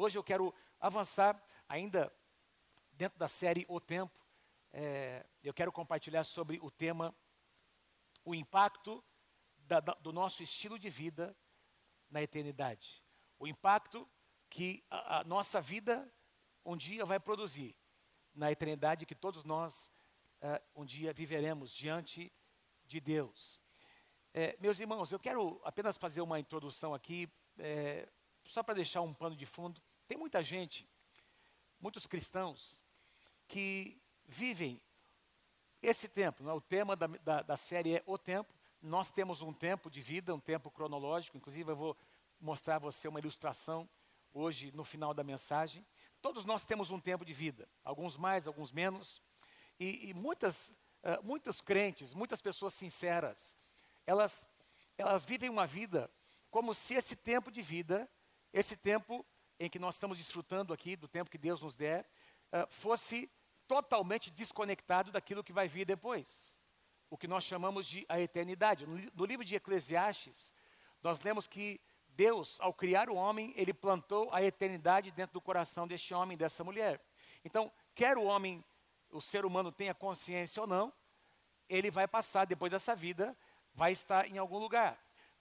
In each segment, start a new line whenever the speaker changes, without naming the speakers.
hoje eu quero avançar ainda dentro da série O Tempo. Eu quero compartilhar sobre o tema, o impacto do nosso estilo de vida na eternidade. O impacto que a nossa vida um dia vai produzir na eternidade, que todos nós um dia viveremos diante de Deus. Meus irmãos, eu quero apenas fazer uma introdução aqui, só para deixar um pano de fundo. Tem muita gente, muitos cristãos, que vivem esse tempo, não é? O tema da série é O Tempo. Nós temos um tempo de vida, um tempo cronológico. Inclusive eu vou mostrar a você uma ilustração hoje no final da mensagem. Todos nós temos um tempo de vida, alguns mais, alguns menos. E muitos crentes, muitas pessoas sinceras, elas vivem uma vida como se esse tempo de vida, esse tempo em que nós estamos desfrutando aqui, do tempo que Deus nos der, fosse totalmente desconectado daquilo que vai vir depois. O que nós chamamos de a eternidade. No livro de Eclesiastes, nós lemos que Deus, ao criar o homem, Ele plantou a eternidade dentro do coração deste homem, dessa mulher. Então, quer o ser humano tenha consciência ou não, ele vai passar, depois dessa vida, vai estar em algum lugar.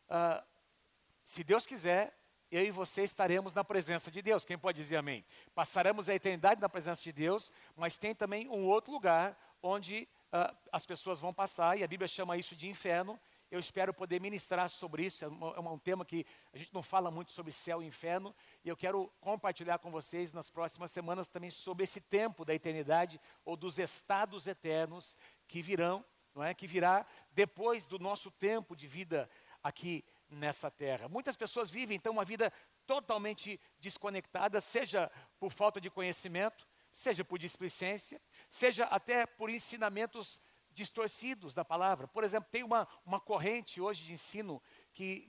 Se Deus quiser, eu e você estaremos na presença de Deus. Quem pode dizer amém? Passaremos a eternidade na presença de Deus, mas tem também um outro lugar onde as pessoas vão passar, e a Bíblia chama isso de inferno. Eu espero poder ministrar sobre isso. É um tema que a gente não fala muito sobre céu e inferno, e eu quero compartilhar com vocês nas próximas semanas também sobre esse tempo da eternidade, ou dos estados eternos que virão, não é? Que virá depois do nosso tempo de vida aqui nessa terra. Muitas pessoas vivem então uma vida totalmente desconectada, seja por falta de conhecimento, seja por displicência, seja até por ensinamentos distorcidos da palavra. Por exemplo, tem uma corrente hoje de ensino que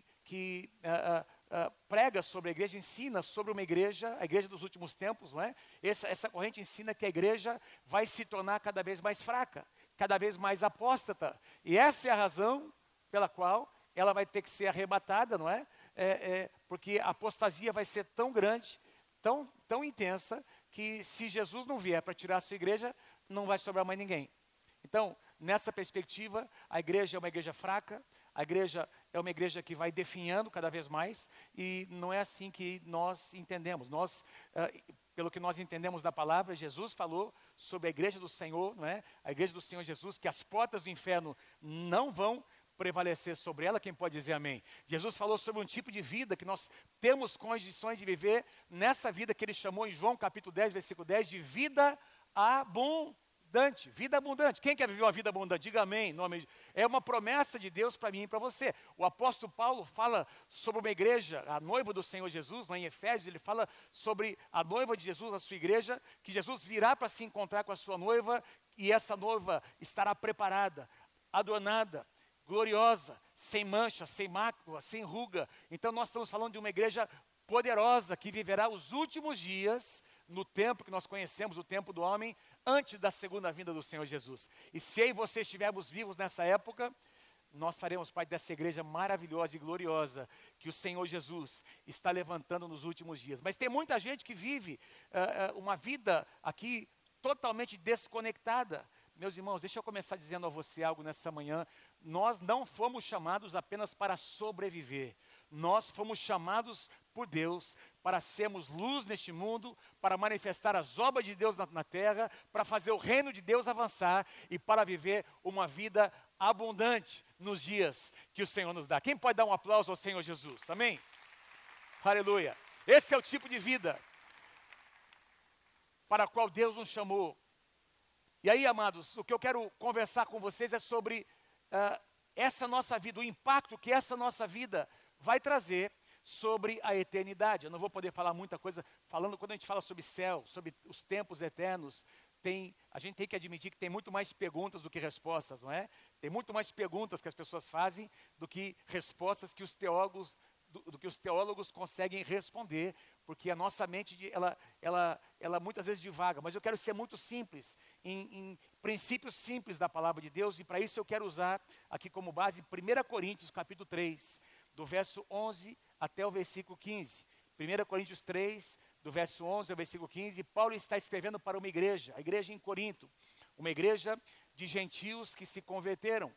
prega sobre a igreja, ensina sobre uma igreja, a igreja dos últimos tempos, não é? Essa corrente ensina que a igreja vai se tornar cada vez mais fraca, cada vez mais apóstata. E essa é a razão pela qual ela vai ter que ser arrebatada, não é? Porque a apostasia vai ser tão grande, tão intensa, que se Jesus não vier para tirar a sua igreja, não vai sobrar mais ninguém. Então, nessa perspectiva, a igreja é uma igreja fraca, a igreja é uma igreja que vai definhando cada vez mais, e não é assim que nós entendemos. Pelo que nós entendemos da palavra, Jesus falou sobre a igreja do Senhor, não é? A igreja do Senhor Jesus, que as portas do inferno não vão prevalecer sobre ela. Quem pode dizer amém? Jesus falou sobre um tipo de vida que nós temos condições de viver nessa vida que ele chamou em João capítulo 10, versículo 10, de vida abundante. Vida abundante. Quem quer viver uma vida abundante? Diga amém. É uma promessa de Deus para mim e para você. O apóstolo Paulo fala sobre uma igreja, a noiva do Senhor Jesus, lá em Efésios, ele fala sobre a noiva de Jesus, a sua igreja, que Jesus virá para se encontrar com a sua noiva, e essa noiva estará preparada, adornada, gloriosa, sem mancha, sem mácula, sem ruga. Então nós estamos falando de uma igreja poderosa que viverá os últimos dias no tempo que nós conhecemos, o tempo do homem, antes da segunda vinda do Senhor Jesus. E se eu e você estivermos vivos nessa época, nós faremos parte dessa igreja maravilhosa e gloriosa que o Senhor Jesus está levantando nos últimos dias. Mas tem muita gente que vive uma vida aqui totalmente desconectada. Meus irmãos, deixa eu começar dizendo a você algo nessa manhã. Nós não fomos chamados apenas para sobreviver. Nós fomos chamados por Deus para sermos luz neste mundo, para manifestar as obras de Deus na terra, para fazer o reino de Deus avançar e para viver uma vida abundante nos dias que o Senhor nos dá. Quem pode dar um aplauso ao Senhor Jesus? Amém? Aleluia. Esse é o tipo de vida para a qual Deus nos chamou. E aí, amados, o que eu quero conversar com vocês é sobre essa nossa vida, o impacto que essa nossa vida vai trazer sobre a eternidade. Eu não vou poder falar muita coisa, quando a gente fala sobre céu, sobre os tempos eternos, a gente tem que admitir que tem muito mais perguntas do que respostas, não é? Tem muito mais perguntas que as pessoas fazem do que respostas que os teólogos conseguem responder, porque a nossa mente, ela muitas vezes divaga. Mas eu quero ser muito simples, em princípios simples da palavra de Deus, e para isso eu quero usar aqui como base 1 Coríntios capítulo 3, do verso 11 até o versículo 15. 1 Coríntios 3, do verso 11 ao versículo 15, Paulo está escrevendo para uma igreja, a igreja em Corinto, uma igreja de gentios que se converteram.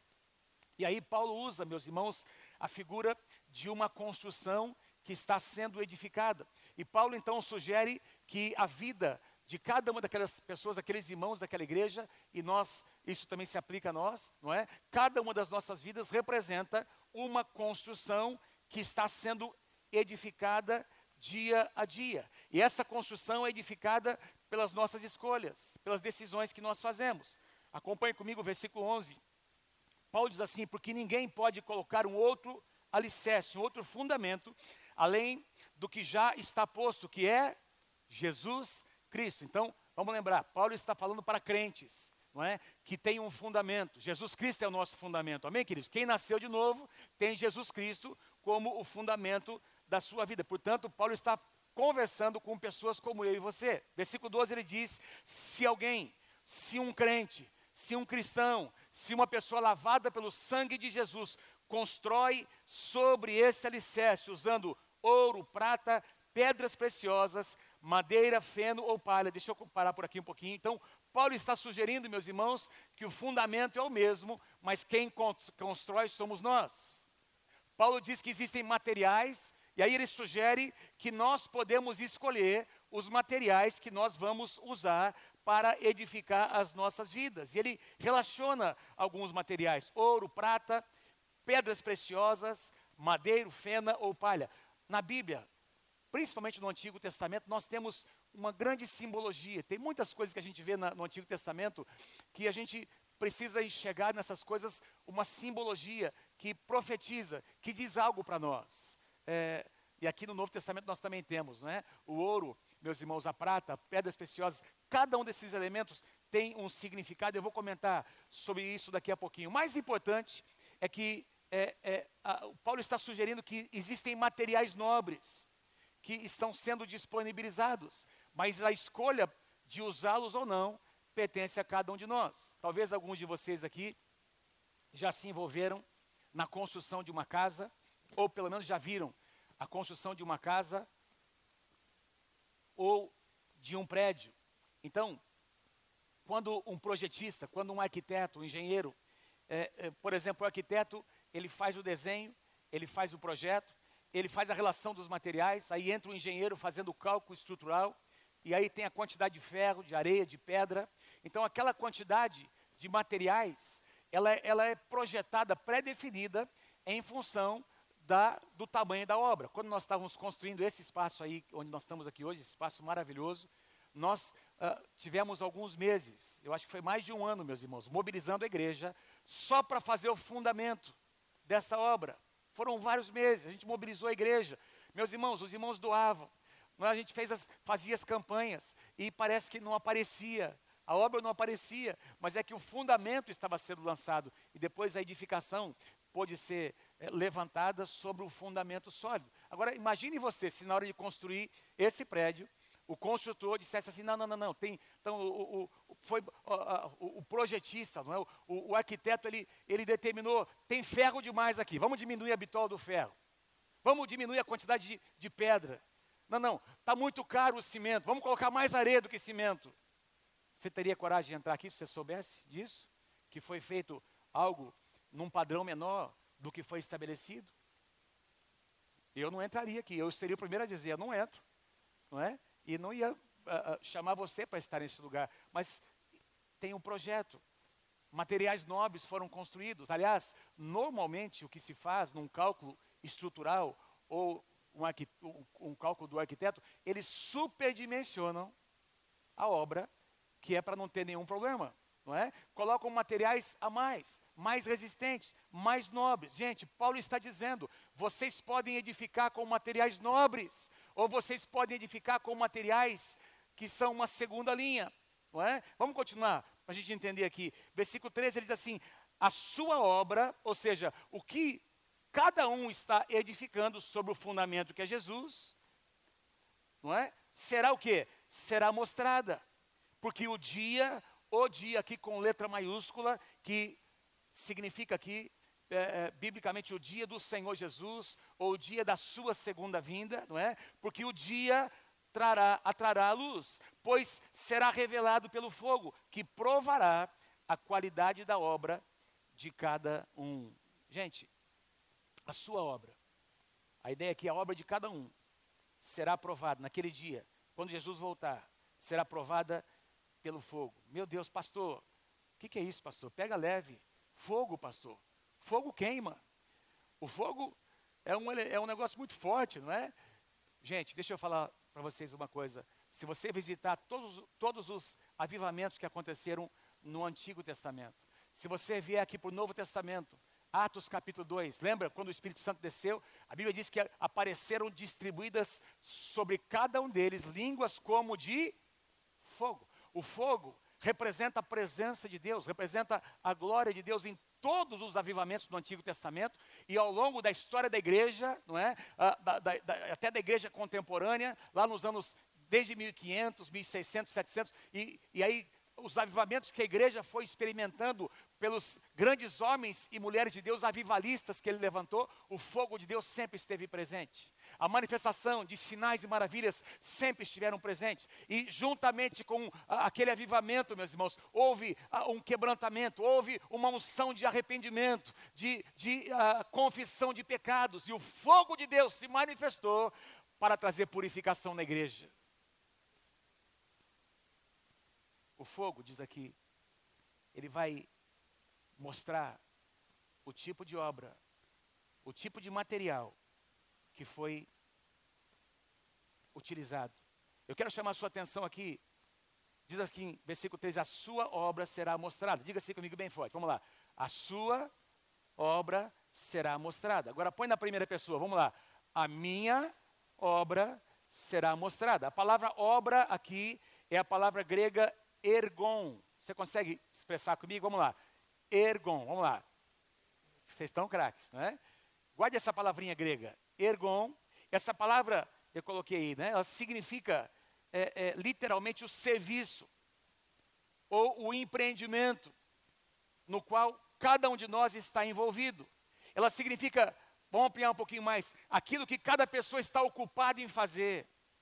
E aí Paulo usa, meus irmãos, a figura de uma construção que está sendo edificada. E Paulo então sugere que a vida de cada uma daquelas pessoas, aqueles irmãos daquela igreja, e nós, isso também se aplica a nós, não é? Cada uma das nossas vidas representa uma construção que está sendo edificada dia a dia. E essa construção é edificada pelas nossas escolhas, pelas decisões que nós fazemos. Acompanhe comigo o versículo 11. Paulo diz assim: porque ninguém pode colocar um outro alicerce, um outro fundamento, além do que já está posto, que é Jesus Cristo. Então, vamos lembrar, Paulo está falando para crentes, não é? Que tem um fundamento. Jesus Cristo é o nosso fundamento. Amém, queridos? Quem nasceu de novo tem Jesus Cristo como o fundamento da sua vida. Portanto, Paulo está conversando com pessoas como eu e você. Versículo 12 ele diz: se alguém, se um crente, se um cristão, se uma pessoa lavada pelo sangue de Jesus constrói sobre esse alicerce usando ouro, prata, pedras preciosas, madeira, feno ou palha. Deixa eu parar por aqui um pouquinho. Então, Paulo está sugerindo, meus irmãos, que o fundamento é o mesmo, mas quem constrói somos nós. Paulo diz que existem materiais, e aí ele sugere que nós podemos escolher os materiais que nós vamos usar para edificar as nossas vidas. E ele relaciona alguns materiais: ouro, prata, pedras preciosas, madeira, fena ou palha. Na Bíblia, principalmente no Antigo Testamento, nós temos uma grande simbologia. Tem muitas coisas que a gente vê no Antigo Testamento que a gente precisa enxergar nessas coisas uma simbologia que profetiza, que diz algo para nós. E aqui no Novo Testamento nós também temos, não é? O ouro, meus irmãos, a prata, pedras preciosas, cada um desses elementos tem um significado. Eu vou comentar sobre isso daqui a pouquinho. O mais importante é que Paulo está sugerindo que existem materiais nobres que estão sendo disponibilizados, mas a escolha de usá-los ou não pertence a cada um de nós. Talvez alguns de vocês aqui já se envolveram na construção de uma casa, ou pelo menos já viram a construção de uma casa ou de um prédio. Então, quando um projetista, quando um arquiteto, um engenheiro, por exemplo, o arquiteto, ele faz o desenho, ele faz o projeto, ele faz a relação dos materiais, aí entra o engenheiro fazendo o cálculo estrutural, e aí tem a quantidade de ferro, de areia, de pedra. Então, aquela quantidade de materiais, ela é projetada, pré-definida, em função do tamanho da obra. Quando nós estávamos construindo esse espaço aí, onde nós estamos aqui hoje, esse espaço maravilhoso, nós tivemos alguns meses, eu acho que foi mais de um ano, meus irmãos, mobilizando a igreja, só para fazer o fundamento desta obra. Foram vários meses, a gente mobilizou a igreja. Meus irmãos, os irmãos doavam. A gente fazia as campanhas e parece que não aparecia, a obra não aparecia, mas é que o fundamento estava sendo lançado e depois a edificação pôde ser levantada sobre o fundamento sólido. Agora, imagine você, se na hora de construir esse prédio, o construtor dissesse assim: não. Então, o projetista, não é? O arquiteto, ele determinou: tem ferro demais aqui, vamos diminuir a bitola do ferro, vamos diminuir a quantidade de pedra. Não, está muito caro o cimento, vamos colocar mais areia do que cimento. Você teria coragem de entrar aqui se você soubesse disso? Que foi feito algo num padrão menor do que foi estabelecido? Eu não entraria aqui, eu seria o primeiro a dizer: eu não entro, não é? E não ia chamar você para estar nesse lugar. Mas tem um projeto, materiais nobres foram construídos. Aliás, normalmente o que se faz num cálculo estrutural ou um cálculo do arquiteto, eles superdimensionam a obra, que é para não ter nenhum problema, não é? Colocam materiais a mais resistentes, mais nobres. Gente, Paulo está dizendo: vocês podem edificar com materiais nobres, ou vocês podem edificar com materiais que são uma segunda linha, não é? Vamos continuar, para a gente entender aqui. Versículo 13, ele diz assim: a sua obra, ou seja, o que cada um está edificando sobre o fundamento que é Jesus, não é? Será o quê? Será mostrada. Porque o dia aqui com letra maiúscula, que significa aqui, biblicamente, o dia do Senhor Jesus, ou o dia da sua segunda vinda, não é? Porque o dia atrará a luz, pois será revelado pelo fogo, que provará a qualidade da obra de cada um. Gente, a sua obra, a ideia aqui, a obra de cada um, será aprovada naquele dia, quando Jesus voltar, será aprovada pelo fogo. Meu Deus, pastor, o que é isso, pastor? Pega leve. Fogo, pastor. Fogo queima. O fogo é um negócio muito forte, não é? Gente, deixa eu falar para vocês uma coisa. Se você visitar todos os avivamentos que aconteceram no Antigo Testamento, se você vier aqui para o Novo Testamento, Atos capítulo 2, lembra quando o Espírito Santo desceu? A Bíblia diz que apareceram distribuídas sobre cada um deles línguas como de fogo. O fogo representa a presença de Deus, representa a glória de Deus em todos os avivamentos do Antigo Testamento e ao longo da história da igreja, não é? Até da igreja contemporânea, lá nos anos desde 1500, 1600, 700, e aí os avivamentos que a igreja foi experimentando pelos grandes homens e mulheres de Deus, avivalistas que ele levantou, o fogo de Deus sempre esteve presente. A manifestação de sinais e maravilhas sempre estiveram presentes. E juntamente com aquele avivamento, meus irmãos, houve um quebrantamento, houve uma unção de arrependimento, de confissão de pecados. E o fogo de Deus se manifestou para trazer purificação na igreja. O fogo, diz aqui, ele vai mostrar o tipo de obra, o tipo de material que foi utilizado. Eu quero chamar a sua atenção aqui, diz aqui em versículo 3, a sua obra será mostrada. Diga assim comigo bem forte, vamos lá. A sua obra será mostrada. Agora põe na primeira pessoa, vamos lá. A minha obra será mostrada. A palavra obra aqui é a palavra grega ergon. Você consegue expressar comigo? Vamos lá. Ergon, vamos lá. Vocês estão craques, não é? Guarde essa palavrinha grega. Ergon. Essa palavra, eu coloquei aí, né? Ela significa literalmente o serviço ou o empreendimento no qual cada um de nós está envolvido. Ela significa, vamos ampliar um pouquinho mais, aquilo que cada pessoa está ocupada em fazer.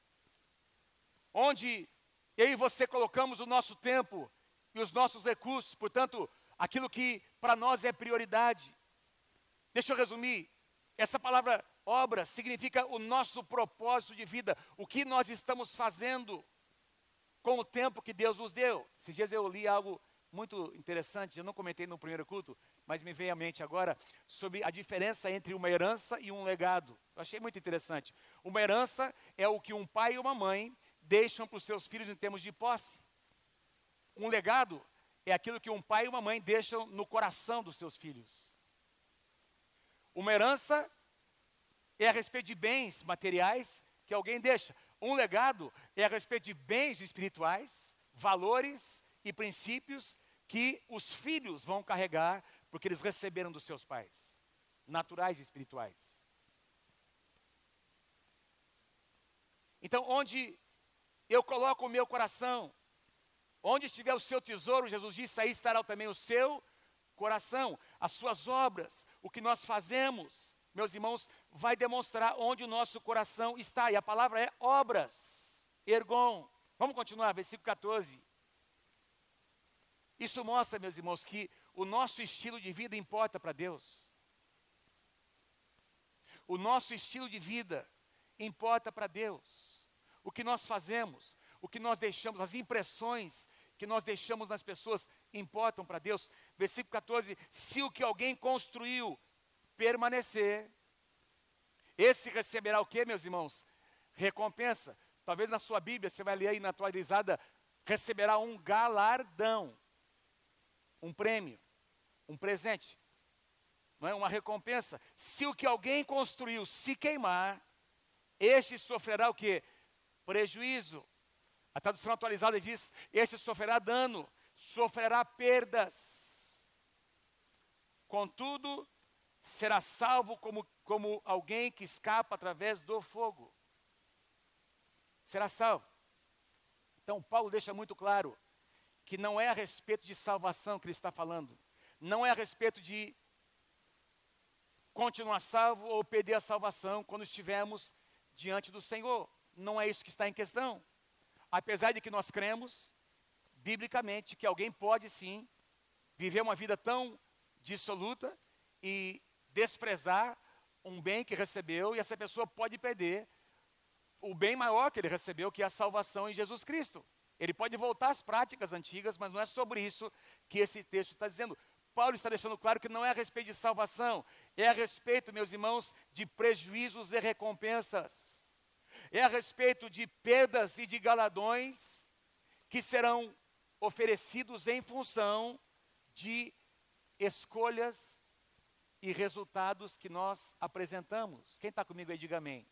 Onde eu e você colocamos o nosso tempo e os nossos recursos, portanto, aquilo que para nós é prioridade. Deixa eu resumir, essa palavra obra significa o nosso propósito de vida, o que nós estamos fazendo com o tempo que Deus nos deu. Esses dias eu li algo muito interessante, eu não comentei no primeiro culto, mas me veio à mente agora, sobre a diferença entre uma herança e um legado. Eu achei muito interessante. Uma herança é o que um pai e uma mãe deixam para os seus filhos em termos de posse. Um legado é aquilo que um pai e uma mãe deixam no coração dos seus filhos. Uma herança é a respeito de bens materiais que alguém deixa. Um legado é a respeito de bens espirituais, valores e princípios que os filhos vão carregar porque eles receberam dos seus pais, naturais e espirituais. Então, onde eu coloco o meu coração, onde estiver o seu tesouro, Jesus disse, aí estará também o seu coração. As suas obras, o que nós fazemos, meus irmãos, vai demonstrar onde o nosso coração está. E a palavra é obras, ergon. Vamos continuar, versículo 14. Isso mostra, meus irmãos, que o nosso estilo de vida importa para Deus. O nosso estilo de vida importa para Deus. O que nós fazemos, o que nós deixamos, as impressões que nós deixamos nas pessoas importam para Deus. Versículo 14, se o que alguém construiu permanecer, esse receberá o quê, meus irmãos? Recompensa. Talvez na sua Bíblia, você vai ler aí na atualizada, receberá um galardão, um prêmio, um presente, não é? Uma recompensa. Se o que alguém construiu se queimar, este sofrerá o quê? Prejuízo. A tradução atualizada diz, este sofrerá dano, sofrerá perdas. Contudo, será salvo como alguém que escapa através do fogo. Será salvo. Então, Paulo deixa muito claro que não é a respeito de salvação que ele está falando. Não é a respeito de continuar salvo ou perder a salvação quando estivermos diante do Senhor. não é isso que está em questão. Apesar de que nós cremos, biblicamente, que alguém pode sim viver uma vida tão dissoluta e desprezar um bem que recebeu, e essa pessoa pode perder o bem maior que ele recebeu, que é a salvação em Jesus Cristo. Ele pode voltar às práticas antigas, mas não é sobre isso que esse texto está dizendo. Paulo está deixando claro que não é a respeito de salvação, é a respeito, meus irmãos, de prejuízos e recompensas. É a respeito de perdas e de galardões que serão oferecidos em função de escolhas e resultados que nós apresentamos. Quem está comigo aí, diga amém.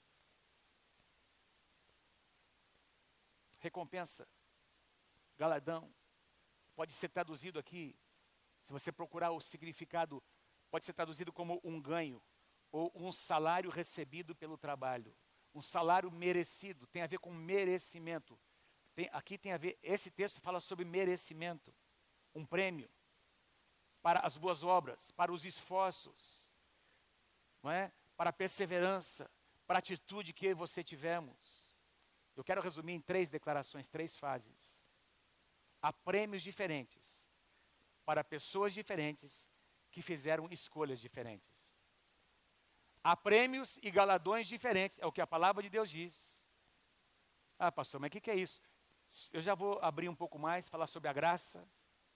Recompensa, galardão, pode ser traduzido aqui, se você procurar o significado, pode ser traduzido como um ganho, ou um salário recebido pelo trabalho, um salário merecido, tem a ver com merecimento. Aqui tem a ver, esse texto fala sobre merecimento, um prêmio para as boas obras, para os esforços, não é? Para a perseverança, para a atitude que eu e você tivemos. Eu quero resumir em 3 declarações, 3 fases. Há prêmios diferentes para pessoas diferentes que fizeram escolhas diferentes. Há prêmios e galardões diferentes, é o que a palavra de Deus diz. Ah, pastor, mas o que é isso? Eu já vou abrir um pouco mais, falar sobre a graça,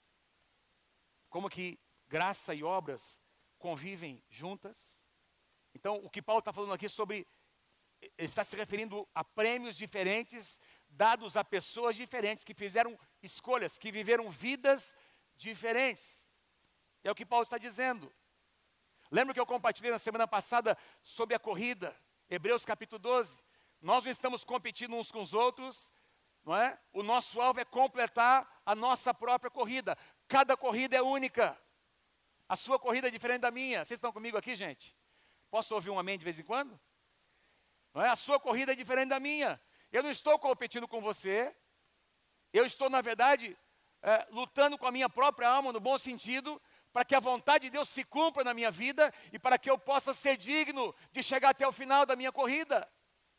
como que graça e obras convivem juntas. Então, o que Paulo está falando aqui sobre, ele está se referindo a prêmios diferentes, dados a pessoas diferentes, que fizeram escolhas, que viveram vidas diferentes. É o que Paulo está dizendo. Lembra que eu compartilhei na semana passada sobre a corrida, Hebreus capítulo 12. Nós não estamos competindo uns com os outros, não é? O nosso alvo é completar a nossa própria corrida. Cada corrida é única. A sua corrida é diferente da minha. Vocês estão comigo aqui, gente? Posso ouvir um amém de vez em quando? Não é? A sua corrida é diferente da minha. Eu não estou competindo com você. Eu estou, na verdade, lutando com a minha própria alma, no bom sentido, para que a vontade de Deus se cumpra na minha vida e para que eu possa ser digno de chegar até o final da minha corrida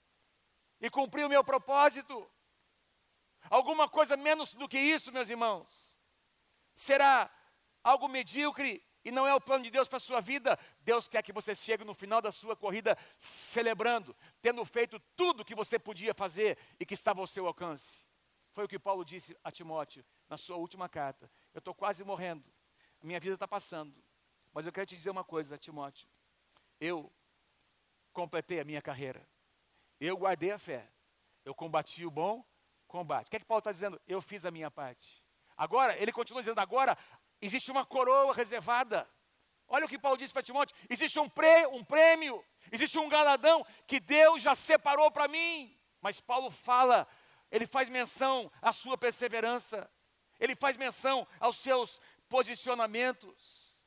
e cumprir o meu propósito. Alguma coisa menos do que isso, meus irmãos, será algo medíocre e não é o plano de Deus para a sua vida. Deus quer que você chegue no final da sua corrida celebrando, tendo feito tudo que você podia fazer e que estava ao seu alcance. Foi o que Paulo disse a Timóteo na sua última carta. Eu estou quase morrendo, a minha vida está passando, mas eu quero te dizer uma coisa, Timóteo. Eu completei a minha carreira, eu guardei a fé, eu combati o bom combate. O que é que Paulo está dizendo? Eu fiz a minha parte. Agora, ele continua dizendo, agora existe uma coroa reservada. Olha o que Paulo disse para Timóteo, existe um prêmio, existe um galardão que Deus já separou para mim. Mas Paulo fala, ele faz menção à sua perseverança, ele faz menção aos seus posicionamentos.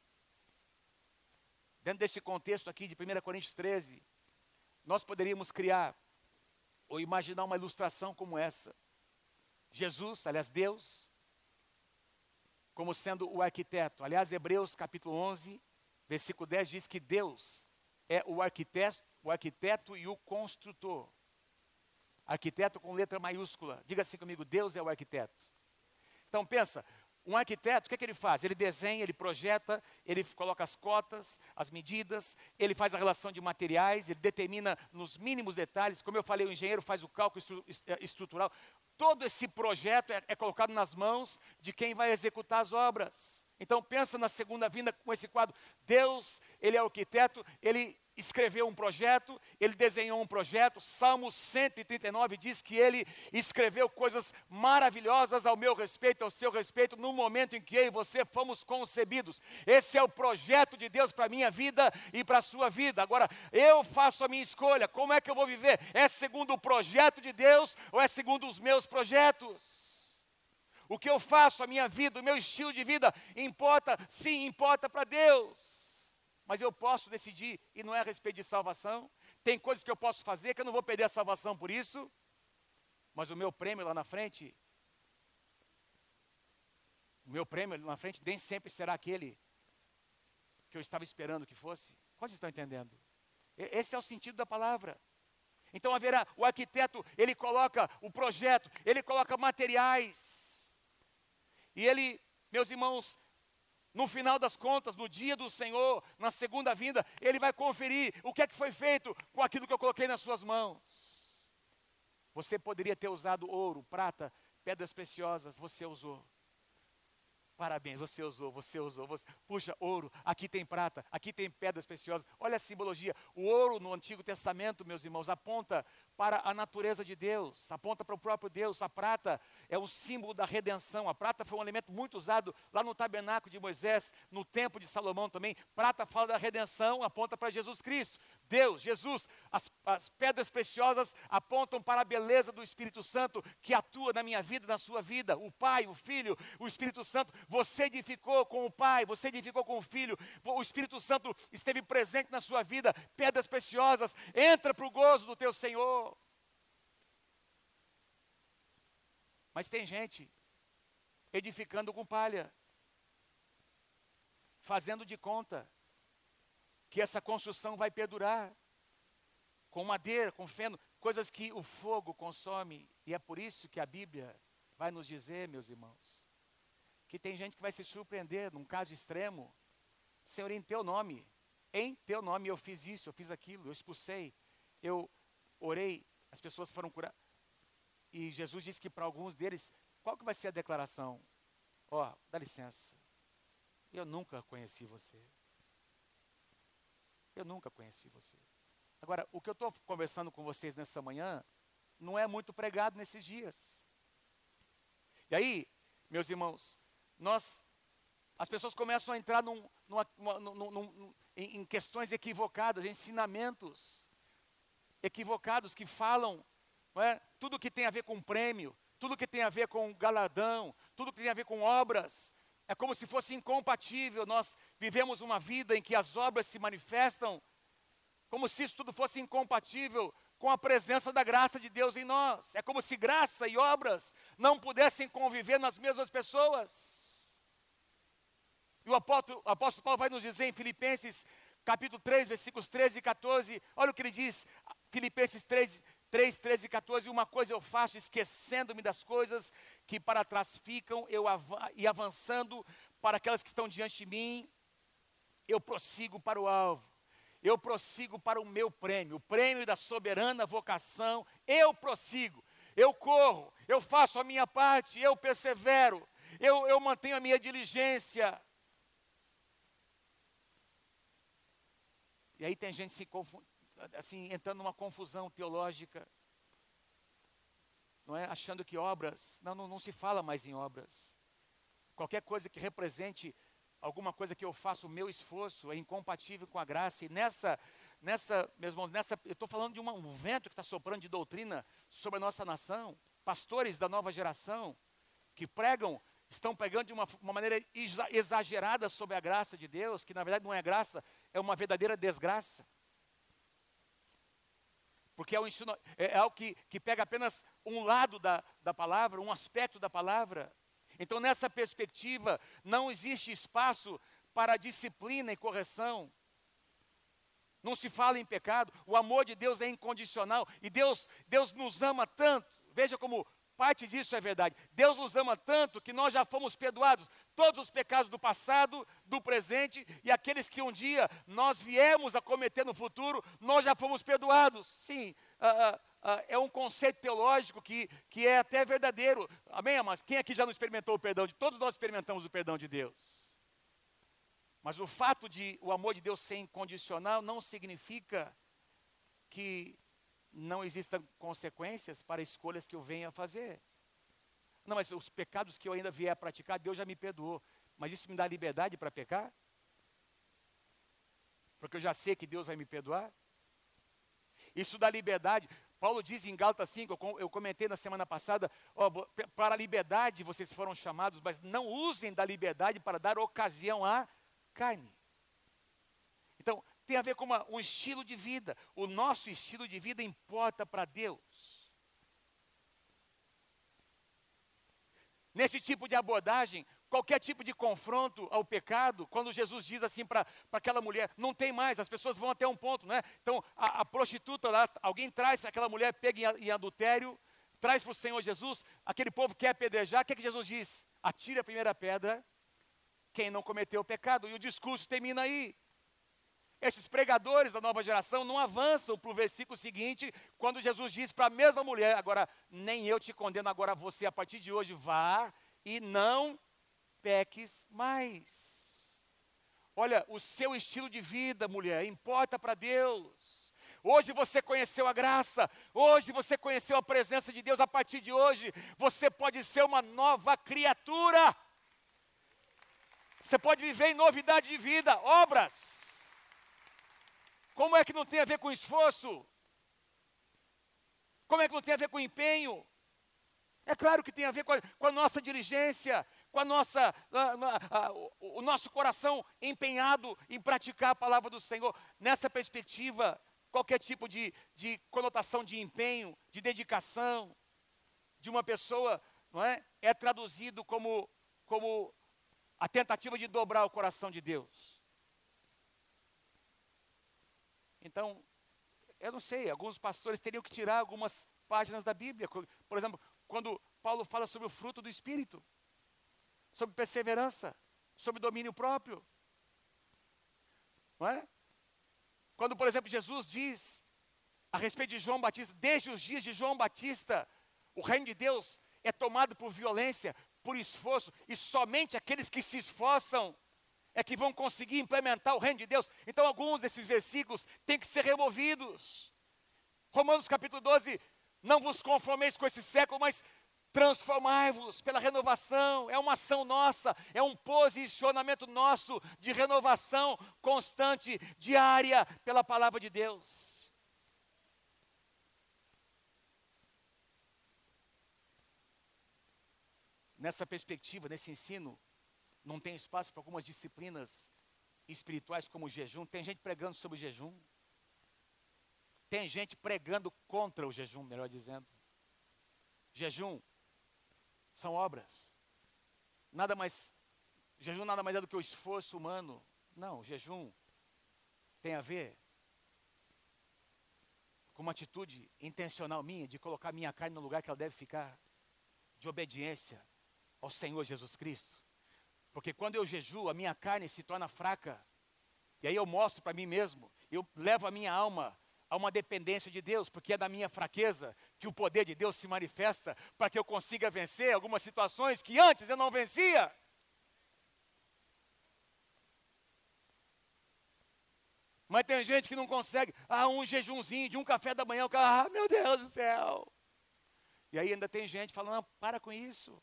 Dentro desse contexto aqui de 1 Coríntios 13, nós poderíamos criar ou imaginar uma ilustração como essa. Jesus, aliás, Deus, como sendo o arquiteto. Aliás, Hebreus capítulo 11, versículo 10 diz que Deus é o arquiteto e o construtor. Arquiteto com letra maiúscula. Diga assim comigo, Deus é o arquiteto. Então pensa, um arquiteto, o que é que ele faz? Ele desenha, ele projeta, ele coloca as cotas, as medidas, ele faz a relação de materiais, ele determina nos mínimos detalhes. Como eu falei, o engenheiro faz o cálculo estrutural. Todo esse projeto é colocado nas mãos de quem vai executar as obras. Então pensa na segunda vinda com esse quadro. Deus, ele é o arquiteto, ele escreveu um projeto, ele desenhou um projeto. Salmo 139 diz que ele escreveu coisas maravilhosas ao meu respeito, ao seu respeito, no momento em que eu e você fomos concebidos. Esse é o projeto de Deus para a minha vida e para a sua vida. Agora, eu faço a minha escolha, como é que eu vou viver? É segundo o projeto de Deus ou é segundo os meus projetos? O que eu faço, a minha vida, o meu estilo de vida, importa, sim, importa para Deus. Mas eu posso decidir, e não é a respeito de salvação. Tem coisas que eu posso fazer que eu não vou perder a salvação por isso. Mas o meu prêmio lá na frente, nem sempre será aquele que eu estava esperando que fosse. Quantos estão entendendo? Esse é o sentido da palavra. Então haverá, o arquiteto, ele coloca o projeto, ele coloca materiais. E ele, meus irmãos, no final das contas, no dia do Senhor, na segunda vinda, ele vai conferir o que é que foi feito com aquilo que eu coloquei nas suas mãos. Você poderia ter usado ouro, prata, pedras preciosas, você usou. Parabéns, você usou. Puxa, ouro, aqui tem prata, aqui tem pedras preciosas. Olha a simbologia. O ouro no Antigo Testamento, meus irmãos, aponta para a natureza de Deus, aponta para o próprio Deus. A prata é o símbolo da redenção. A prata foi um elemento muito usado lá no tabernáculo de Moisés, no templo de Salomão também. Prata fala da redenção, aponta para Jesus Cristo. Deus, Jesus, as pedras preciosas apontam para a beleza do Espírito Santo que atua na minha vida, na sua vida. O Pai, o Filho, o Espírito Santo. Você edificou com o Pai, você edificou com o Filho. O Espírito Santo esteve presente na sua vida. Pedras preciosas, entra para o gozo do teu Senhor. Mas tem gente edificando com palha, fazendo de conta que essa construção vai perdurar, com madeira, com feno, coisas que o fogo consome. E é por isso que a Bíblia vai nos dizer, meus irmãos, que tem gente que vai se surpreender, num caso extremo. Senhor, em teu nome eu fiz isso, eu fiz aquilo, eu expulsei, eu orei, as pessoas foram curadas. E Jesus disse que para alguns deles, qual que vai ser a declaração? Ó, dá licença, eu nunca conheci você. Eu nunca conheci você. Agora, o que eu estou conversando com vocês nessa manhã, não é muito pregado nesses dias. E aí, meus irmãos, as pessoas começam a entrar em questões equivocadas, ensinamentos equivocados que falam, não é? Tudo que tem a ver com prêmio, tudo que tem a ver com galardão, tudo que tem a ver com obras, é como se fosse incompatível. Nós vivemos uma vida em que as obras se manifestam como se isso tudo fosse incompatível com a presença da graça de Deus em nós. É como se graça e obras não pudessem conviver nas mesmas pessoas. E o apóstolo Paulo vai nos dizer em Filipenses capítulo 3, versículos 13 e 14, olha o que ele diz, Filipenses 3, 13 e 14, uma coisa eu faço, esquecendo-me das coisas que para trás ficam, e avançando para aquelas que estão diante de mim, eu prossigo para o alvo, eu prossigo para o meu prêmio, o prêmio da soberana vocação, eu prossigo, eu corro, eu faço a minha parte, eu persevero, eu mantenho a minha diligência. E aí tem gente entrando numa confusão teológica, não é? Achando que obras, não se fala mais em obras. Qualquer coisa que represente alguma coisa que eu faço, o meu esforço, é incompatível com a graça. E nessa meus irmãos, eu estou falando de um vento que está soprando de doutrina sobre a nossa nação. Pastores da nova geração que estão pregando de uma maneira exagerada sobre a graça de Deus, que na verdade não é graça, é uma verdadeira desgraça. Porque é algo que pega apenas um lado da palavra, um aspecto da palavra. Então, nessa perspectiva, não existe espaço para disciplina e correção. Não se fala em pecado, o amor de Deus é incondicional. E Deus nos ama tanto, veja como parte disso é verdade. Deus nos ama tanto que nós já fomos perdoados. Todos os pecados do passado, do presente e aqueles que um dia nós viemos a cometer no futuro, nós já fomos perdoados. Sim, é um conceito teológico que é até verdadeiro. Amém, amados? Quem aqui já não experimentou o perdão de todos nós experimentamos o perdão de Deus. Mas o fato de o amor de Deus ser incondicional não significa que não existam consequências para escolhas que eu venha a fazer. Não, mas os pecados que eu ainda vier a praticar, Deus já me perdoou. Mas isso me dá liberdade para pecar? Porque eu já sei que Deus vai me perdoar? Isso dá liberdade. Paulo diz em Gálatas 5, eu comentei na semana passada, para a liberdade vocês foram chamados, mas não usem da liberdade para dar ocasião à carne. Então, tem a ver com um estilo de vida. O nosso estilo de vida importa para Deus. Nesse tipo de abordagem, qualquer tipo de confronto ao pecado, quando Jesus diz assim para aquela mulher, não tem mais, as pessoas vão até um ponto, né? Então, a prostituta lá, alguém traz aquela mulher pega em adultério, traz para o Senhor Jesus, aquele povo quer apedrejar, o que Jesus diz? Atire a primeira pedra, quem não cometeu o pecado, e o discurso termina aí. Esses pregadores da nova geração não avançam para o versículo seguinte, quando Jesus diz para a mesma mulher, agora, nem eu te condeno, agora você, a partir de hoje, vá e não peques mais. Olha, o seu estilo de vida, mulher, importa para Deus. Hoje você conheceu a graça, hoje você conheceu a presença de Deus, a partir de hoje, você pode ser uma nova criatura. Você pode viver em novidade de vida, obras. Como é que não tem a ver com esforço? Como é que não tem a ver com empenho? É claro que tem a ver com a nossa diligência, com o nosso coração empenhado em praticar a palavra do Senhor. Nessa perspectiva, qualquer tipo de conotação de empenho, de dedicação de uma pessoa, não é traduzido como a tentativa de dobrar o coração de Deus. Então, eu não sei, alguns pastores teriam que tirar algumas páginas da Bíblia. Por exemplo, quando Paulo fala sobre o fruto do Espírito, sobre perseverança, sobre domínio próprio. Não é? Quando, por exemplo, Jesus diz a respeito de João Batista, desde os dias de João Batista, o reino de Deus é tomado por violência, por esforço, e somente aqueles que se esforçam é que vão conseguir implementar o reino de Deus. Então, alguns desses versículos têm que ser removidos. Romanos capítulo 12, não vos conformeis com esse século, mas transformai-vos pela renovação. É uma ação nossa, é um posicionamento nosso de renovação constante, diária, pela palavra de Deus. Nessa perspectiva, nesse ensino, não tem espaço para algumas disciplinas espirituais como o jejum. Tem gente pregando sobre o jejum. Tem gente pregando contra o jejum, melhor dizendo. Jejum são obras. Jejum nada mais é do que o esforço humano. Não, jejum tem a ver com uma atitude intencional minha de colocar minha carne no lugar que ela deve ficar, de obediência ao Senhor Jesus Cristo. Porque quando eu jejuo, a minha carne se torna fraca. E aí eu mostro para mim mesmo, eu levo a minha alma a uma dependência de Deus, porque é da minha fraqueza que o poder de Deus se manifesta para que eu consiga vencer algumas situações que antes eu não vencia. Mas tem gente que não consegue, um jejumzinho de um café da manhã, o cara, meu Deus do céu. E aí ainda tem gente falando, não, para com isso.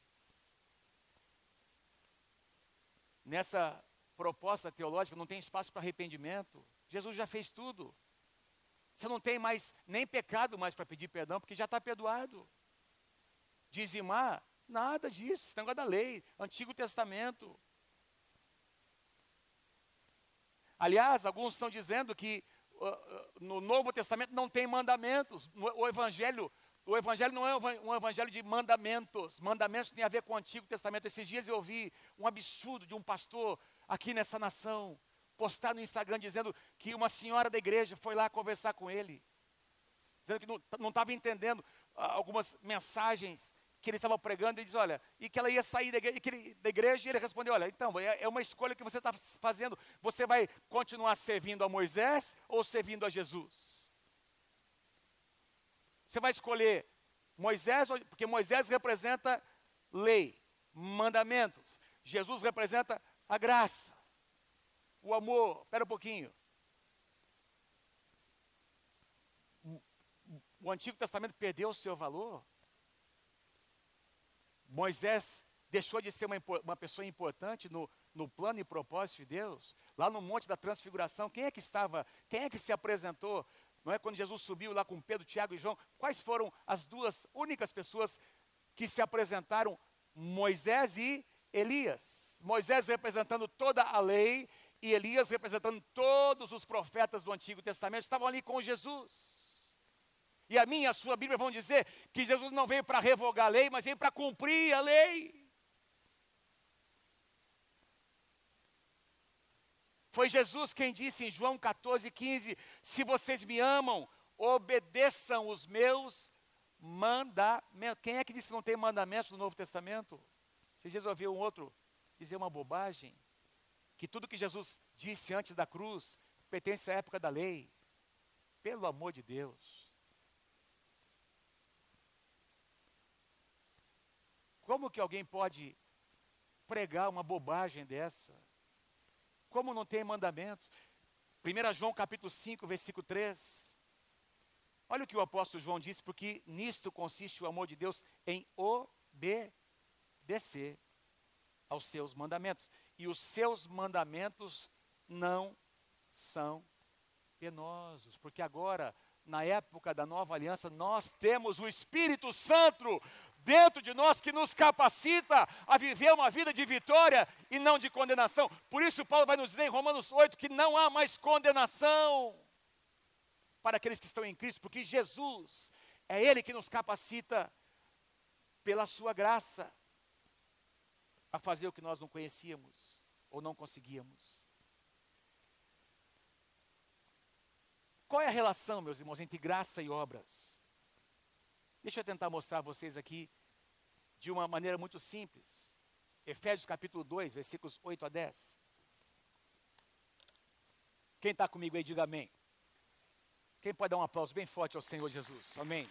Nessa proposta teológica não tem espaço para arrependimento. Jesus já fez tudo. Você não tem mais nem pecado mais para pedir perdão, porque já está perdoado. Dizimar, nada disso, esse negócio da lei, Antigo Testamento. Aliás, alguns estão dizendo que no Novo Testamento não tem mandamentos. O Evangelho não é um evangelho de mandamentos. Mandamentos tem a ver com o Antigo Testamento. Esses dias eu ouvi um absurdo de um pastor aqui nessa nação, postar no Instagram dizendo que uma senhora da igreja foi lá conversar com ele, dizendo que não estava entendendo algumas mensagens que ele estava pregando. Ele diz, olha, e que ela ia sair da igreja, e ele respondeu, olha, então, é uma escolha que você está fazendo. Você vai continuar servindo a Moisés ou servindo a Jesus? Você vai escolher Moisés, porque Moisés representa lei, mandamentos. Jesus representa a graça, o amor. Espera um pouquinho. O Antigo Testamento perdeu o seu valor. Moisés deixou de ser uma pessoa importante no plano e propósito de Deus. Lá no Monte da Transfiguração, quem é que se apresentou? Não é quando Jesus subiu lá com Pedro, Tiago e João? Quais foram as duas únicas pessoas que se apresentaram? Moisés e Elias. Moisés representando toda a lei e Elias representando todos os profetas do Antigo Testamento, estavam ali com Jesus. E a minha e a sua Bíblia vão dizer que Jesus não veio para revogar a lei, mas veio para cumprir a lei. Foi Jesus quem disse em João 14,15: se vocês me amam, obedeçam os meus mandamentos. Quem é que disse que não tem mandamentos no Novo Testamento? Vocês resolveram um outro dizer uma bobagem? Que tudo que Jesus disse antes da cruz pertence à época da lei. Pelo amor de Deus. Como que alguém pode pregar uma bobagem dessa? Como não tem mandamentos? 1 João capítulo 5, versículo 3. Olha o que o apóstolo João disse, porque nisto consiste o amor de Deus, em obedecer aos seus mandamentos. E os seus mandamentos não são penosos, porque agora, na época da nova aliança, nós temos o Espírito Santo dentro de nós que nos capacita a viver uma vida de vitória e não de condenação. Por isso Paulo vai nos dizer em Romanos 8 que não há mais condenação para aqueles que estão em Cristo, porque Jesus é Ele que nos capacita pela sua graça a fazer o que nós não conhecíamos ou não conseguíamos. Qual é a relação, meus irmãos, entre graça e obras? Deixa eu tentar mostrar a vocês aqui de uma maneira muito simples. Efésios capítulo 2, versículos 8 a 10. Quem está comigo aí, diga amém. Quem pode dar um aplauso bem forte ao Senhor Jesus? Amém.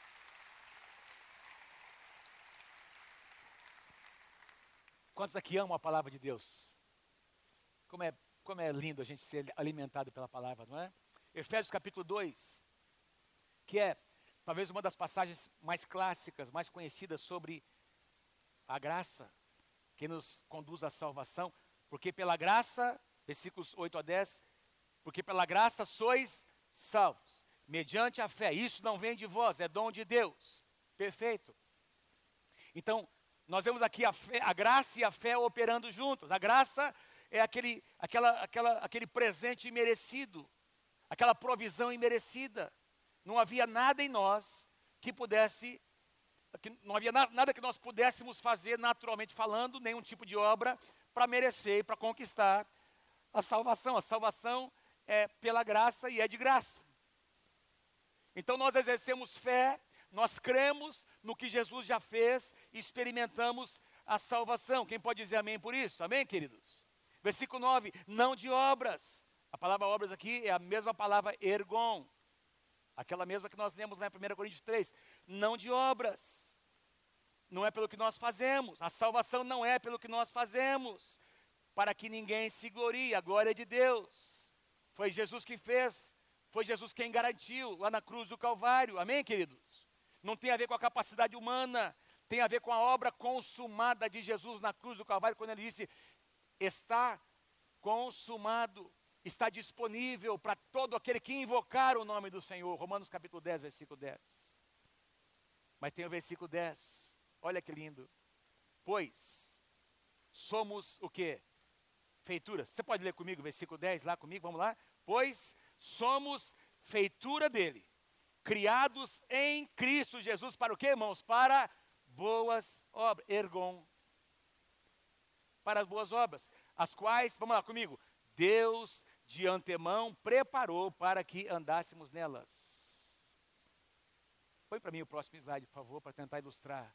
Quantos aqui amam a palavra de Deus? Como é lindo a gente ser alimentado pela palavra, não é? Efésios capítulo 2, que é talvez uma das passagens mais clássicas, mais conhecidas sobre a graça, que nos conduz à salvação, porque pela graça, versículos 8 a 10, porque pela graça sois salvos, mediante a fé, isso não vem de vós, é dom de Deus, perfeito. Então, nós vemos aqui a graça e a fé operando juntos. A graça é aquele presente imerecido, aquela provisão imerecida. Não havia nada em nós não havia nada que nós pudéssemos fazer naturalmente falando, nenhum tipo de obra para merecer e para conquistar a salvação. A salvação é pela graça e é de graça. Então nós exercemos fé, nós cremos no que Jesus já fez e experimentamos a salvação. Quem pode dizer amém por isso? Amém, queridos? Versículo 9, não de obras. A palavra obras aqui é a mesma palavra ergon, aquela mesma que nós lemos lá em 1 Coríntios 3. Não de obras, não é pelo que nós fazemos, a salvação não é pelo que nós fazemos, para que ninguém se glorie, a glória é de Deus. Foi Jesus que fez, foi Jesus quem garantiu lá na cruz do Calvário, amém, queridos? Não tem a ver com a capacidade humana, tem a ver com a obra consumada de Jesus na cruz do Calvário, quando ele disse, está consumado. Está disponível para todo aquele que invocar o nome do Senhor. Romanos capítulo 10, versículo 10. Mas tem o versículo 10. Olha que lindo. Pois somos o quê? Feitura. Você pode ler comigo o versículo 10 lá comigo? Vamos lá? Pois somos feitura dele, criados em Cristo Jesus. Para o quê, irmãos? Para boas obras. Ergon. Para as boas obras. As quais, vamos lá comigo. Deus de antemão preparou para que andássemos nelas. Põe para mim o próximo slide, por favor, para tentar ilustrar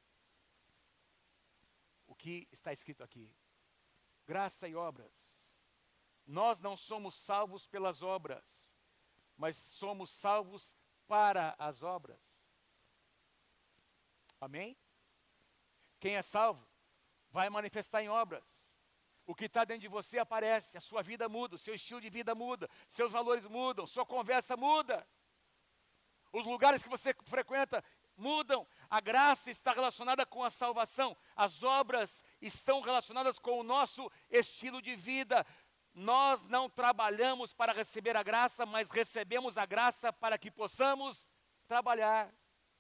o que está escrito aqui. Graça e obras. Nós não somos salvos pelas obras, mas somos salvos para as obras. Amém? Quem é salvo vai manifestar em obras. O que está dentro de você aparece, a sua vida muda, o seu estilo de vida muda, seus valores mudam, sua conversa muda. Os lugares que você frequenta mudam. A graça está relacionada com a salvação. As obras estão relacionadas com o nosso estilo de vida. Nós não trabalhamos para receber a graça, mas recebemos a graça para que possamos trabalhar,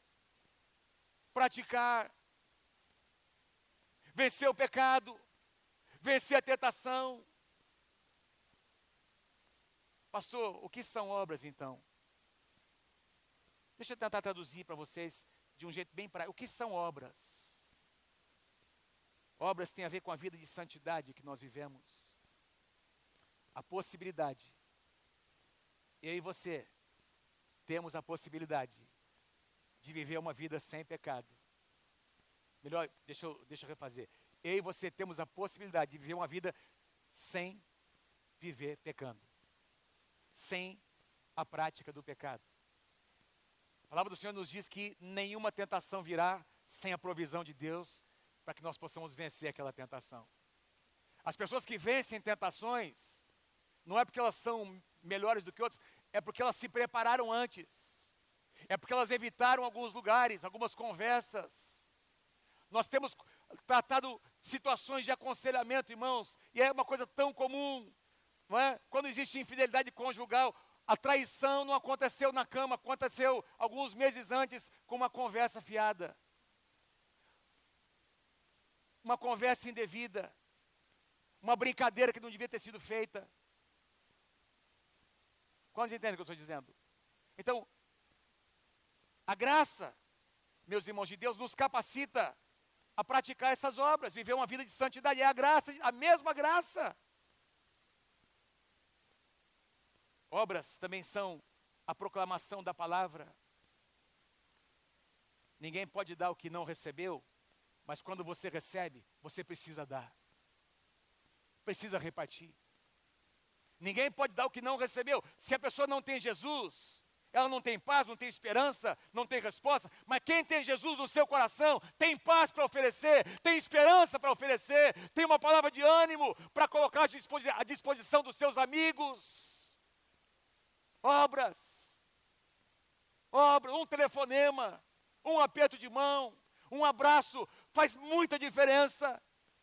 praticar, vencer o pecado, vencer a tentação. Pastor, o que são obras então? Deixa eu tentar traduzir para vocês de um jeito bem prático. O que são obras? Obras têm a ver com a vida de santidade que nós vivemos. a possibilidade, eu e você temos a possibilidade de viver uma vida sem pecado. Melhor, deixa eu refazer. Eu e você temos a possibilidade de viver uma vida sem viver pecando, sem a prática do pecado. A palavra do Senhor nos diz que nenhuma tentação virá sem a provisão de Deus para que nós possamos vencer aquela tentação. As pessoas que vencem tentações, não é porque elas são melhores do que outras, é porque elas se prepararam antes. É porque elas evitaram alguns lugares, algumas conversas. Nós temos tratado situações de aconselhamento, irmãos, e é uma coisa tão comum, não é? Quando existe infidelidade conjugal, a traição não aconteceu na cama, aconteceu alguns meses antes com uma conversa fiada. Uma conversa indevida. Uma brincadeira que não devia ter sido feita. Quantos entendem o que eu estou dizendo? Então, a graça, meus irmãos de Deus, nos capacita a praticar essas obras, viver uma vida de santidade. É a graça, a mesma graça. Obras também são a proclamação da palavra. Ninguém pode dar o que não recebeu, mas quando você recebe, você precisa dar. Precisa repartir. Ninguém pode dar o que não recebeu. Se a pessoa não tem Jesus, ela não tem paz, não tem esperança, não tem resposta. Mas quem tem Jesus no seu coração, tem paz para oferecer, tem esperança para oferecer, tem uma palavra de ânimo para colocar à disposição dos seus amigos. Obras, um telefonema, um aperto de mão, um abraço, faz muita diferença.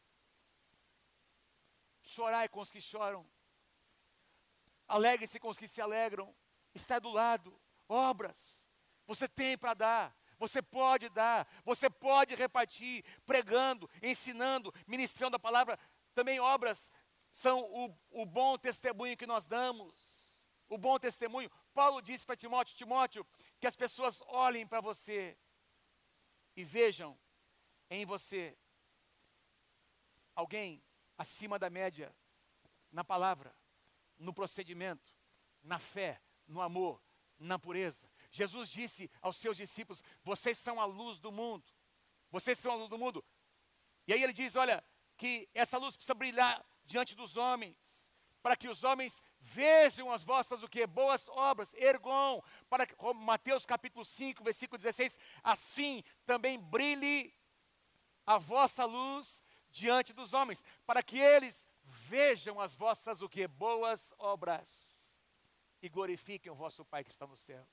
Chorai com os que choram, alegre-se com os que se alegram, está do lado. Obras, você tem para dar, você pode dar, você pode repartir, pregando, ensinando, ministrando a palavra. Também obras são o bom testemunho que nós damos. O bom testemunho. Paulo disse para Timóteo, que as pessoas olhem para você e vejam em você alguém acima da média na palavra, no procedimento, na fé, no amor, na pureza. Jesus disse aos seus discípulos: vocês são a luz do mundo. Vocês são a luz do mundo. E aí ele diz, olha, que essa luz precisa brilhar diante dos homens, para que os homens vejam as vossas o quê? Boas obras, ergon, para que, Mateus capítulo 5, versículo 16, assim também brilhe a vossa luz diante dos homens, para que eles vejam as vossas o quê? Boas obras, e glorifiquem o vosso Pai que está nos céus.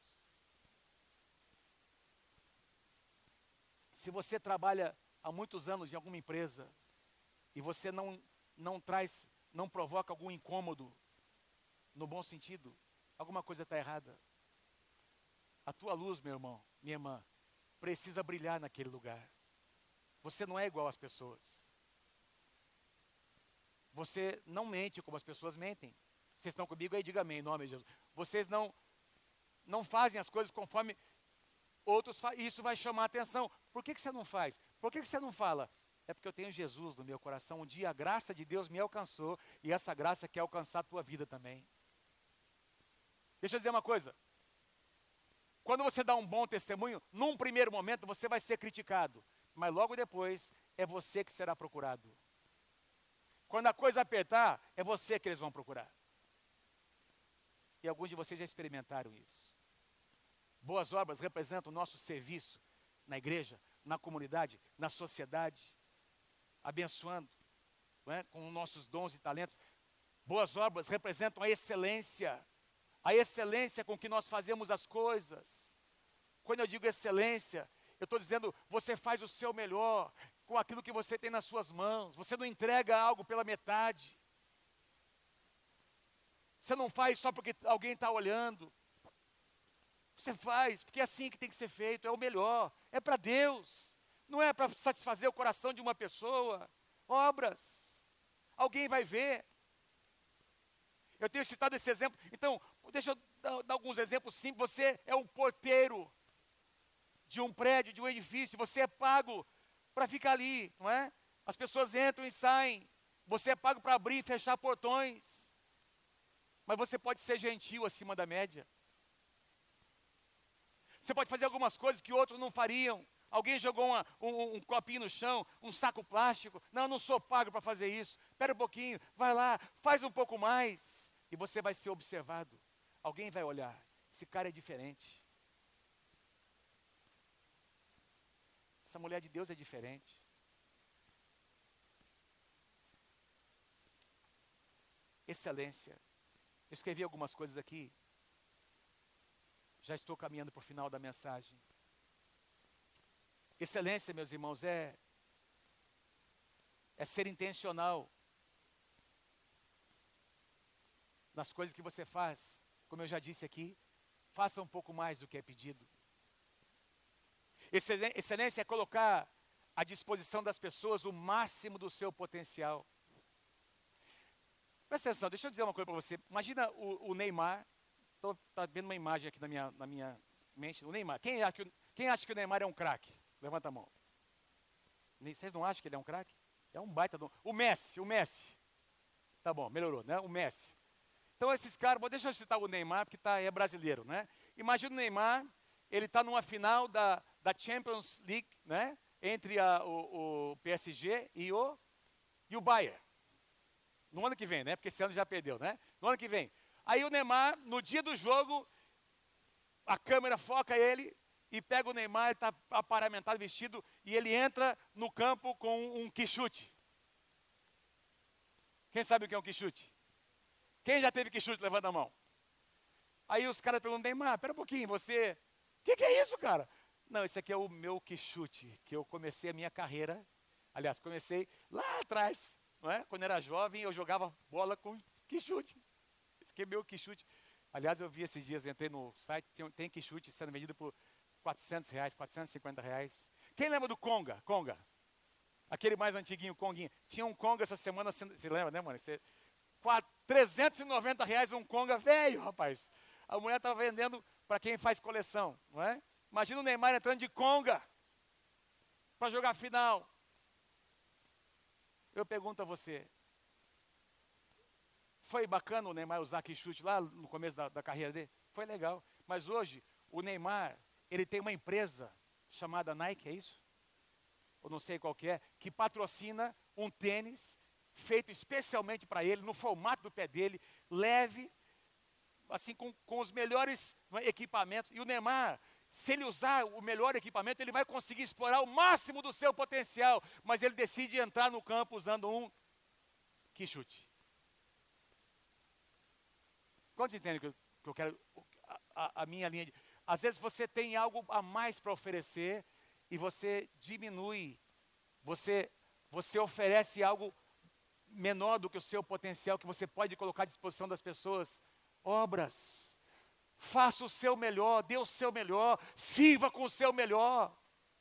Se você trabalha há muitos anos em alguma empresa, e você não provoca algum incômodo, no bom sentido, alguma coisa está errada. A tua luz, meu irmão, minha irmã, precisa brilhar naquele lugar. Você não é igual às pessoas. Você não mente como as pessoas mentem. Vocês estão comigo aí? Diga amém, em nome de Jesus. Vocês não fazem as coisas conforme outros fazem. Isso vai chamar a atenção. Por que você não faz? Por que você não fala? É porque eu tenho Jesus no meu coração. Um dia a graça de Deus me alcançou e essa graça quer alcançar a tua vida também. Deixa eu dizer uma coisa. Quando você dá um bom testemunho, num primeiro momento você vai ser criticado, mas logo depois é você que será procurado. Quando a coisa apertar, é você que eles vão procurar. E alguns de vocês já experimentaram isso. Boas obras representam o nosso serviço na igreja, na comunidade, na sociedade, abençoando, não é? Com nossos dons e talentos. Boas obras representam a excelência com que nós fazemos as coisas. Quando eu digo excelência, eu estou dizendo, você faz o seu melhor com aquilo que você tem nas suas mãos. Você não entrega algo pela metade. Você não faz só porque alguém está olhando. Você faz porque é assim que tem que ser feito, é o melhor, é para Deus. Não é para satisfazer o coração de uma pessoa. Obras, alguém vai ver. Eu tenho citado esse exemplo, então, deixa eu dar alguns exemplos simples. Você é um porteiro de um prédio, de um edifício, você é pago para ficar ali, não é? As pessoas entram e saem, você é pago para abrir e fechar portões. Mas você pode ser gentil acima da média. Você pode fazer algumas coisas que outros não fariam. Alguém jogou um copinho no chão, um saco plástico. Não, eu não sou pago para fazer isso. Espera um pouquinho, vai lá, faz um pouco mais. E você vai ser observado. Alguém vai olhar, esse cara é diferente. Essa mulher de Deus é diferente. Excelência. Eu escrevi algumas coisas aqui. Já estou caminhando para o final da mensagem. Excelência, meus irmãos, é ser intencional nas coisas que você faz. Como eu já disse aqui, faça um pouco mais do que é pedido. Excelência é colocar à disposição das pessoas o máximo do seu potencial. Presta atenção, deixa eu dizer uma coisa para você. Imagina o Neymar. Está vendo uma imagem aqui na minha mente. O Neymar. Quem acha que o Neymar é um craque? Levanta a mão. Vocês não acham que ele é um craque? É um baita. O Messi. Tá bom, melhorou, né? O Messi. Então esses caras, deixa eu citar o Neymar, porque é brasileiro, né? Imagina o Neymar, ele está numa final da Champions League, né? Entre o PSG e o Bayern. No ano que vem, né? Porque esse ano já perdeu, né? No ano que vem. Aí o Neymar, no dia do jogo, a câmera foca ele e pega o Neymar, ele está aparamentado, vestido, e ele entra no campo com um quichute. Quem sabe o que é um quichute? Quem já teve quichute? Levanta a mão. Aí os caras perguntam, Neymar, pera um pouquinho, você... O que é isso, cara? Não, isso aqui é o meu quichute, que eu comecei a minha carreira. Aliás, comecei lá atrás, não é? Quando era jovem, eu jogava bola com quichute. Esse aqui é meu quichute. Aliás, eu vi esses dias, entrei no site, tem quichute sendo vendido por R$400, R$450. Quem lembra do Conga? Conga. Aquele mais antiguinho, Conguinha. Tinha um Conga essa semana, você lembra, né, mano? R$390 um Conga velho, rapaz. A mulher estava vendendo para quem faz coleção, não é? Imagina o Neymar entrando de Conga para jogar final. Eu pergunto a você, foi bacana o Neymar usar quichute lá no começo da carreira dele? Foi legal. Mas hoje, o Neymar, ele tem uma empresa chamada Nike, é isso? Eu não sei qual que é, que patrocina um tênis feito especialmente para ele, no formato do pé dele, leve, assim, com os melhores equipamentos. E o Neymar, se ele usar o melhor equipamento, ele vai conseguir explorar o máximo do seu potencial. Mas ele decide entrar no campo usando um quichute. Quantos entendem que eu quero, a minha linha de... Às vezes você tem algo a mais para oferecer e você diminui, você oferece algo menor do que o seu potencial, que você pode colocar à disposição das pessoas. Obras, faça o seu melhor, dê o seu melhor, sirva com o seu melhor.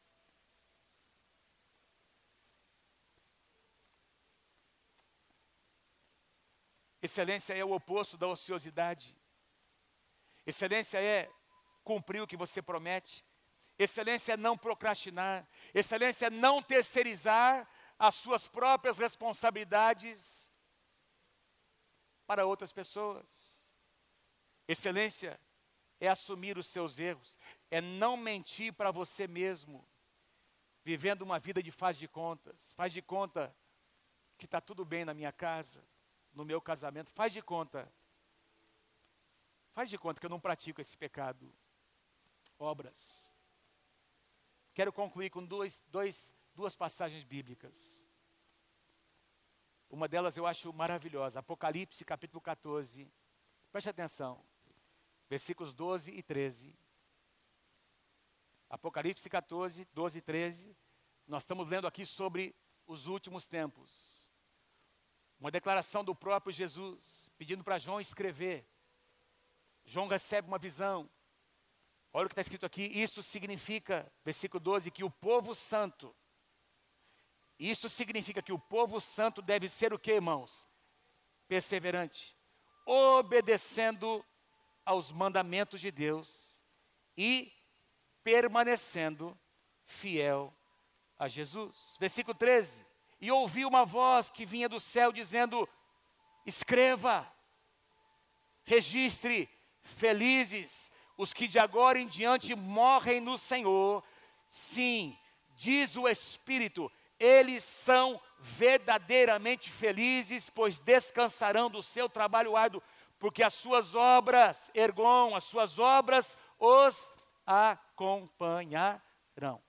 Excelência é o oposto da ociosidade. Excelência é cumprir o que você promete. Excelência é não procrastinar. Excelência é não terceirizar as suas próprias responsabilidades para outras pessoas. Excelência é assumir os seus erros, é não mentir para você mesmo, vivendo uma vida de faz de contas. Faz de conta que está tudo bem na minha casa, no meu casamento. Faz de conta que eu não pratico esse pecado. Obras. Quero concluir com duas passagens bíblicas. Uma delas eu acho maravilhosa. Apocalipse, capítulo 14. Preste atenção. Versículos 12 e 13. Apocalipse 14, 12 e 13. Nós estamos lendo aqui sobre os últimos tempos. Uma declaração do próprio Jesus, pedindo para João escrever. João recebe uma visão. Olha o que está escrito aqui. Isto significa, versículo 12, que o povo santo. Isso significa que o povo santo deve ser o que, irmãos? Perseverante. Obedecendo aos mandamentos de Deus e permanecendo fiel a Jesus. Versículo 13. E ouvi uma voz que vinha do céu dizendo: escreva, registre: felizes os que de agora em diante morrem no Senhor. Sim, diz o Espírito, eles são verdadeiramente felizes, pois descansarão do seu trabalho árduo, porque as suas obras, ergon, as suas obras os acompanharão.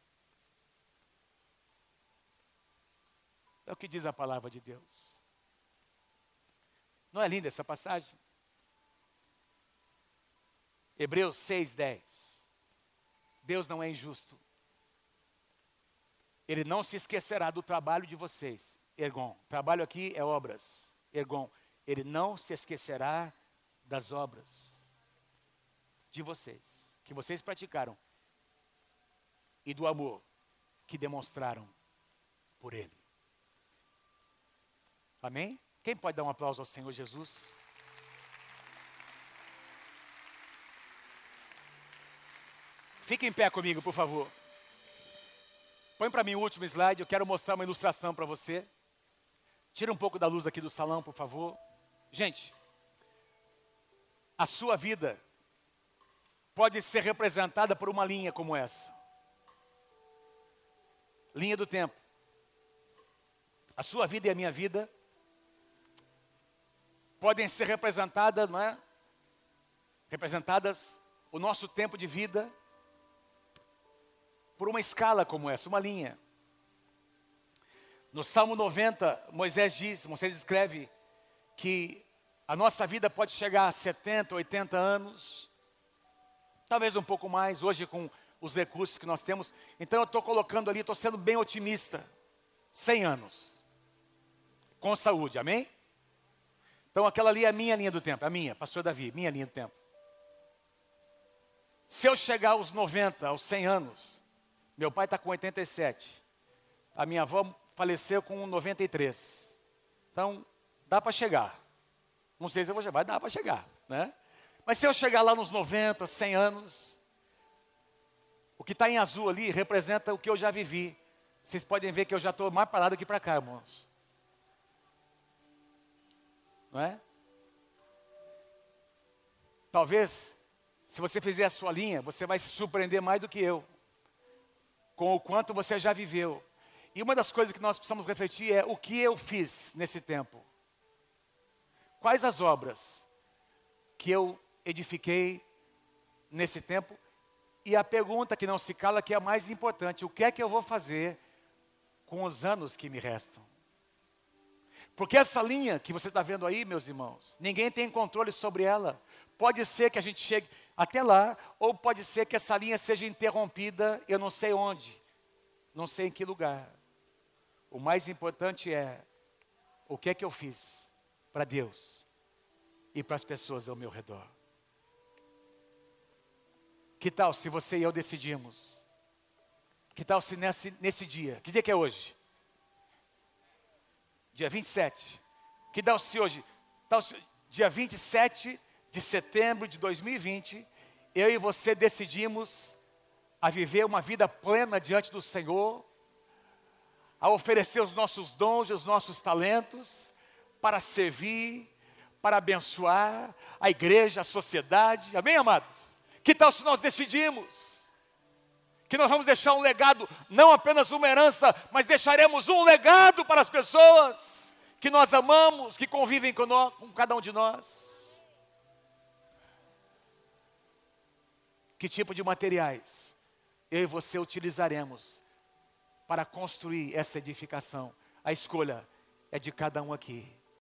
É o que diz a palavra de Deus. Não é linda essa passagem? Hebreus 6:10. Deus não é injusto. Ele não se esquecerá do trabalho de vocês. Ergon. Trabalho aqui é obras. Ergon. Ele não se esquecerá das obras de vocês, que vocês praticaram, e do amor que demonstraram por Ele. Amém? Quem pode dar um aplauso ao Senhor Jesus? Fique em pé comigo, por favor. Põe para mim o último slide, eu quero mostrar uma ilustração para você. Tira um pouco da luz aqui do salão, por favor. Gente, a sua vida pode ser representada por uma linha como essa. Linha do tempo. A sua vida e a minha vida podem ser representadas, não é? Representadas, o nosso tempo de vida, por uma escala como essa, uma linha. No Salmo 90, Moisés escreve que a nossa vida pode chegar a 70, 80 anos, talvez um pouco mais, hoje com os recursos que nós temos. Então eu estou colocando ali, estou sendo bem otimista, 100 anos, com saúde, amém? Então aquela ali é a minha linha do tempo, a minha, pastor Davi, minha linha do tempo. Se eu chegar aos 90, aos 100 anos, meu pai está com 87, a minha avó faleceu com 93, então dá para chegar. Não sei se eu vou chegar, mas dá para chegar, né? Mas se eu chegar lá nos 90, 100 anos, o que está em azul ali representa o que eu já vivi. Vocês podem ver que eu já estou mais parado aqui para cá, irmãos. Não é? Talvez, se você fizer a sua linha, você vai se surpreender mais do que eu, com o quanto você já viveu. E uma das coisas que nós precisamos refletir é o que eu fiz nesse tempo. Quais as obras que eu edifiquei nesse tempo? E a pergunta que não se cala, que é a mais importante: o que é que eu vou fazer com os anos que me restam? Porque essa linha que você está vendo aí, meus irmãos, ninguém tem controle sobre ela. Pode ser que a gente chegue até lá, ou pode ser que essa linha seja interrompida, eu não sei onde, não sei em que lugar. O mais importante é o que é que eu fiz para Deus e para as pessoas ao meu redor. Que tal se você e eu decidimos? Que tal se nesse dia, que dia que é hoje? Dia 27. Que tal se hoje, dia 27 de setembro de 2020, eu e você decidimos a viver uma vida plena diante do Senhor, a oferecer os nossos dons e os nossos talentos para servir, para abençoar a igreja, a sociedade. Amém, amados? Que tal se nós decidimos que nós vamos deixar um legado, não apenas uma herança, mas deixaremos um legado para as pessoas que nós amamos, que convivem com cada um de nós? Que tipo de materiais eu e você utilizaremos para construir essa edificação? A escolha é de cada um aqui.